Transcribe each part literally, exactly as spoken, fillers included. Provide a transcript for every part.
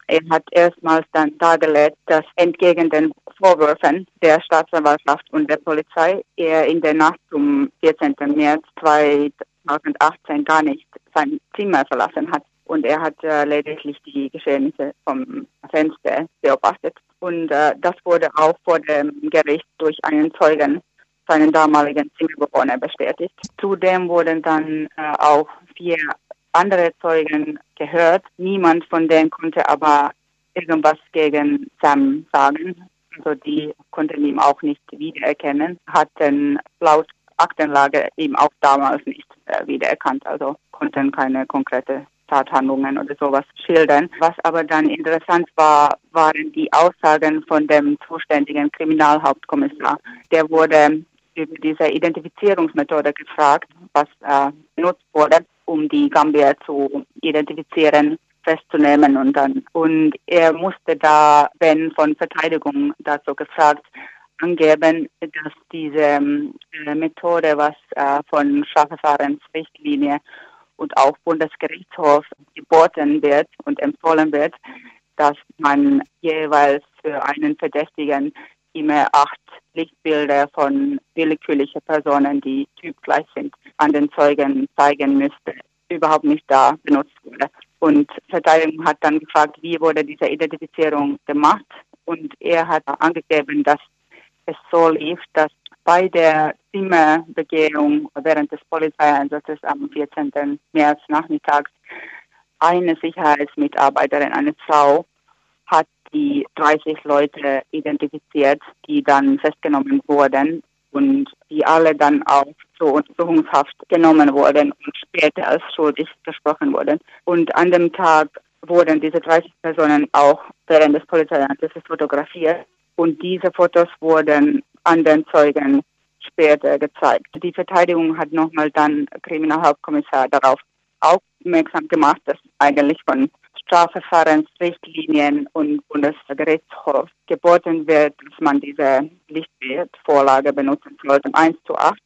Er hat erstmals dann dargelegt, dass entgegen den Vorwürfen der Staatsanwaltschaft und der Polizei er in der Nacht zum vierzehnten März zweitausendachtzehn gar nicht sein Zimmer verlassen hat. Und er hat äh, lediglich die Geschehnisse vom Fenster beobachtet. Und äh, das wurde auch vor dem Gericht durch einen Zeugen, seinen damaligen Zimmerbewohner, bestätigt. Zudem wurden dann äh, auch vier andere Zeugen gehört. Niemand von denen konnte aber irgendwas gegen Sam sagen. Also die konnten ihn auch nicht wiedererkennen, hatten laut Aktenlage ihm auch damals nicht äh, wiedererkannt, also konnten keine konkrete Tathandlungen oder sowas schildern. Was aber dann interessant war, waren die Aussagen von dem zuständigen Kriminalhauptkommissar. Der wurde über diese Identifizierungsmethode gefragt, was äh, benutzt wurde, um die Gambier zu identifizieren, festzunehmen und dann. Und er musste da, wenn von Verteidigung dazu gefragt, angeben, dass diese äh, Methode, was äh, von Strafverfahrensrichtlinie und auch Bundesgerichtshof geboten wird und empfohlen wird, dass man jeweils für einen Verdächtigen immer acht Lichtbilder von willkürlichen Personen, die typgleich sind, an den Zeugen zeigen müsste, überhaupt nicht da benutzt wurde. Und Verteidigung hat dann gefragt, wie wurde diese Identifizierung gemacht? Und er hat angegeben, dass es so lief, dass bei der Zimmerbegehung während des Polizeieinsatzes am vierzehnten März nachmittags eine Sicherheitsmitarbeiterin, eine Frau, hat die dreißig Leute identifiziert, die dann festgenommen wurden und die alle dann auch zur Untersuchungshaft genommen wurden und später als schuldig gesprochen wurden. Und an dem Tag wurden diese dreißig Personen auch während des Polizeieinsatzes fotografiert und diese Fotos wurden an den Zeugen später gezeigt. Die Verteidigung hat nochmal dann Kriminalhauptkommissar darauf aufmerksam gemacht, dass eigentlich von Strafverfahrensrichtlinien und Bundesgerichtshof geboten wird, dass man diese Lichtbildvorlage benutzen sollte, eins zu acht.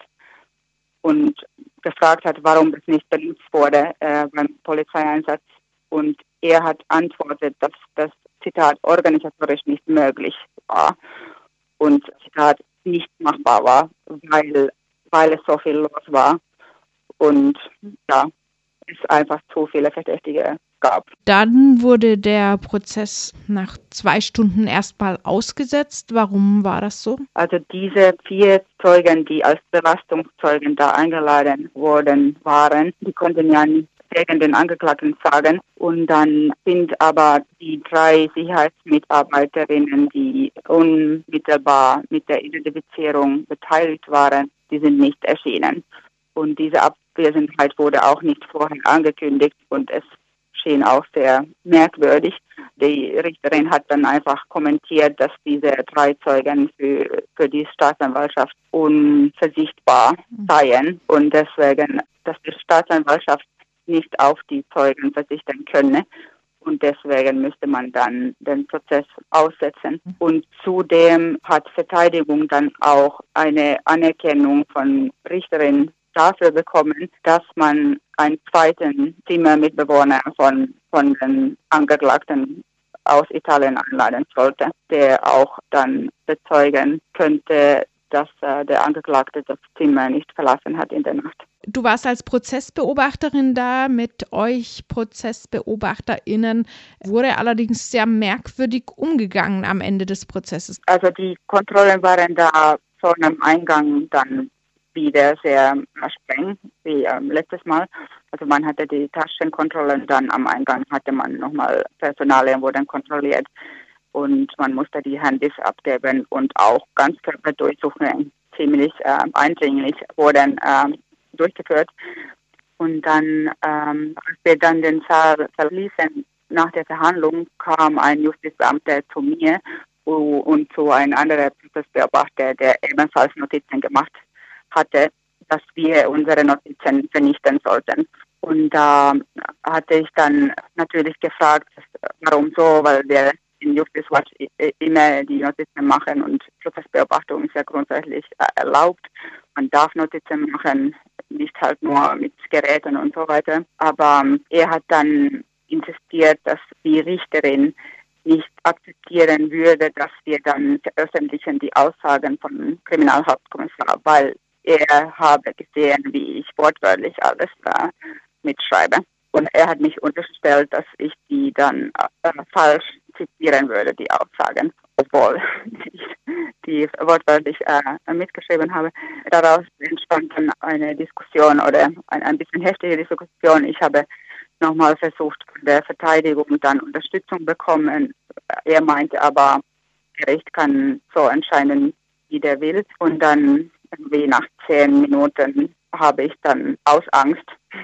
Und gefragt hat, warum das nicht benutzt wurde äh, beim Polizeieinsatz. Und er hat antwortet, dass das, Zitat, organisatorisch nicht möglich war und, Zitat, nicht machbar war, weil, weil es so viel los war und ja, es einfach zu viele Verdächtige gab. Dann wurde der Prozess nach zwei Stunden erstmal ausgesetzt. Warum war das so? Also diese vier Zeugen, die als Belastungszeugen da eingeladen worden waren, die konnten ja nicht gegen den Angeklagten sagen. Und dann sind aber die drei Sicherheitsmitarbeiterinnen, die unmittelbar mit der Identifizierung beteiligt waren, die sind nicht erschienen. Und diese Abwesenheit wurde auch nicht vorher angekündigt und es schien auch sehr merkwürdig. Die Richterin hat dann einfach kommentiert, dass diese drei Zeugen für, für die Staatsanwaltschaft unversichtbar seien und deswegen, dass die Staatsanwaltschaft nicht auf die Zeugen verzichten könne. Und deswegen müsste man dann den Prozess aussetzen. Und zudem hat Verteidigung dann auch eine Anerkennung von Richterin dafür bekommen, dass man einen zweiten Zimmermitbewohner von, von den Angeklagten aus Italien einladen sollte, der auch dann bezeugen könnte, dass äh, der Angeklagte das Zimmer nicht verlassen hat in der Nacht. Du warst als Prozessbeobachterin da, mit euch ProzessbeobachterInnen wurde allerdings sehr merkwürdig umgegangen am Ende des Prozesses. Also die Kontrollen waren da schon am Eingang dann wieder sehr streng wie ähm, letztes Mal. Also man hatte die Taschenkontrollen, dann am Eingang hatte man nochmal Personalien wurden kontrolliert und man musste die Handys abgeben und auch Ganzkörperdurchsuchungen ziemlich äh, eindringlich wurden äh, durchgeführt. Und dann, ähm, als wir dann den Saal verließen, nach der Verhandlung kam ein Justizbeamter zu mir und zu einem anderen Prozessbeobachter, der ebenfalls Notizen gemacht hatte, dass wir unsere Notizen vernichten sollten. Und da äh, hatte ich dann natürlich gefragt, warum so, weil wir in Justice Watch immer die Notizen machen und Prozessbeobachtung ist ja grundsätzlich äh, erlaubt. Man darf Notizen machen, nicht halt nur mit Geräten und so weiter. Aber ähm, er hat dann insistiert, dass die Richterin nicht akzeptieren würde, dass wir dann veröffentlichen die Aussagen von Kriminalhauptkommissar, weil er habe gesehen, wie ich wortwörtlich alles da mitschreibe. Und er hat mich unterstellt, dass ich die dann äh, falsch zitieren würde, die Aussagen, obwohl ich die wortwörtlich äh, mitgeschrieben habe. Daraus entstand dann eine Diskussion oder ein, ein bisschen heftige Diskussion. Ich habe nochmal versucht, von der Verteidigung dann Unterstützung bekommen. Er meinte aber, das Gericht kann so entscheiden, wie der will. Und dann irgendwie nach zehn Minuten habe ich dann aus Angst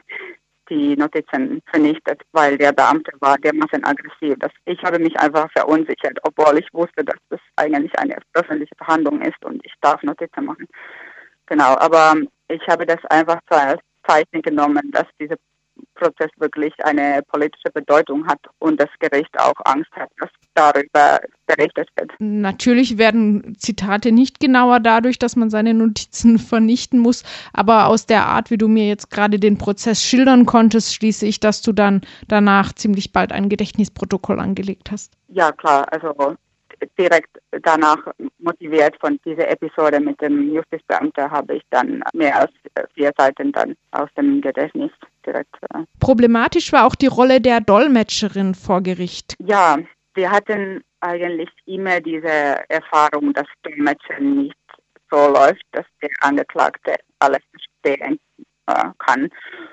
die Notizen vernichtet, weil der Beamte war dermaßen aggressiv. Dass ich habe mich einfach verunsichert, obwohl ich wusste, dass das eigentlich eine öffentliche Verhandlung ist und ich darf Notizen machen. Genau, aber ich habe das einfach so als Zeichen genommen, dass dieser Prozess wirklich eine politische Bedeutung hat und das Gericht auch Angst hat, dass darüber berichtet wird. Natürlich werden Zitate nicht genauer dadurch, dass man seine Notizen vernichten muss, aber aus der Art, wie du mir jetzt gerade den Prozess schildern konntest, schließe ich, dass du dann danach ziemlich bald ein Gedächtnisprotokoll angelegt hast. Ja, klar, also direkt danach motiviert von dieser Episode mit dem Justizbeamten habe ich dann mehr als vier Seiten dann aus dem Gedächtnis direkt. Äh Problematisch war auch die Rolle der Dolmetscherin vor Gericht. Ja, wir hatten eigentlich immer diese Erfahrung, dass Dolmetschen nicht so läuft, dass der Angeklagte alles verstehen äh, kann.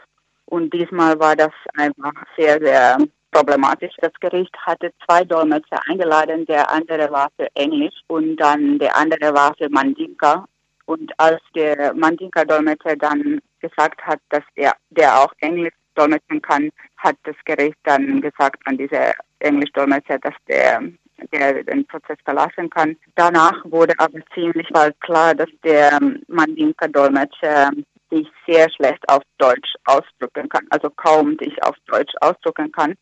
Und diesmal war das einfach sehr, sehr problematisch. Das Gericht hatte zwei Dolmetscher eingeladen, der andere war für Englisch und dann der andere war für Mandinka. Und als der Mandinka-Dolmetscher dann gesagt hat, dass er der auch Englisch dolmetschen kann, hat das Gericht dann gesagt an diese Englisch-Dolmetscher, dass der, der den Prozess verlassen kann. Danach wurde aber ziemlich bald klar, dass der Mandinka-Dolmetscher sich sehr schlecht auf Deutsch ausdrücken kann, also kaum sich auf Deutsch ausdrücken kann.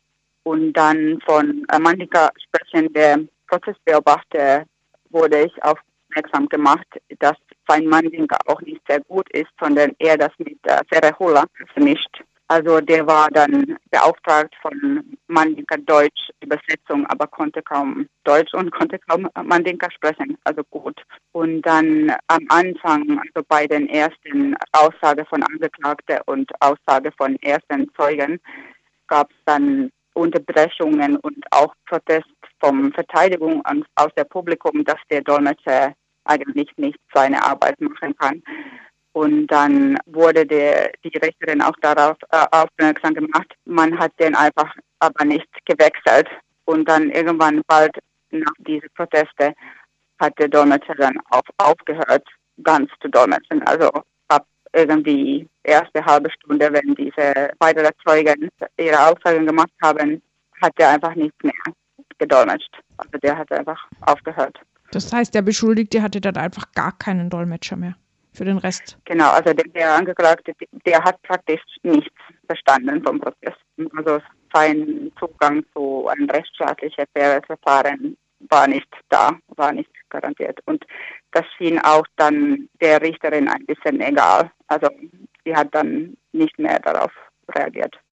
Und dann von Mandinka sprechende Prozessbeobachter wurde ich aufmerksam gemacht, dass sein Mandinka auch nicht sehr gut ist, sondern er das mit äh, Serehula vermischt. Also der war dann beauftragt von Mandinka Deutsch Übersetzung, aber konnte kaum Deutsch und konnte kaum Mandinka sprechen, also gut. Und dann am Anfang, also bei den ersten Aussagen von Angeklagten und Aussage von ersten Zeugen, gab es dann Unterbrechungen und auch Protest vom Verteidigung aus dem Publikum, dass der Dolmetscher eigentlich nicht seine Arbeit machen kann. Und dann wurde der, die Richterin auch darauf äh, aufmerksam gemacht. Man hat den einfach aber nicht gewechselt. Und dann irgendwann bald nach diesen Proteste hat der Dolmetscher dann auch aufgehört, ganz zu dolmetschen. Also ab irgendwie erste halbe Stunde, wenn diese weiteren Zeugen ihre Aussagen gemacht haben, hat er einfach nichts mehr gedolmetscht. Also der hat einfach aufgehört. Das heißt, der Beschuldigte hatte dann einfach gar keinen Dolmetscher mehr für den Rest. Genau, also der, der Angeklagte, der hat praktisch nichts verstanden vom Prozess. Also sein Zugang zu einem rechtsstaatlichen faires Verfahren war nicht da, war nicht garantiert. Und das schien auch dann der Richterin ein bisschen egal. Also sie hat dann nicht mehr darauf reagiert.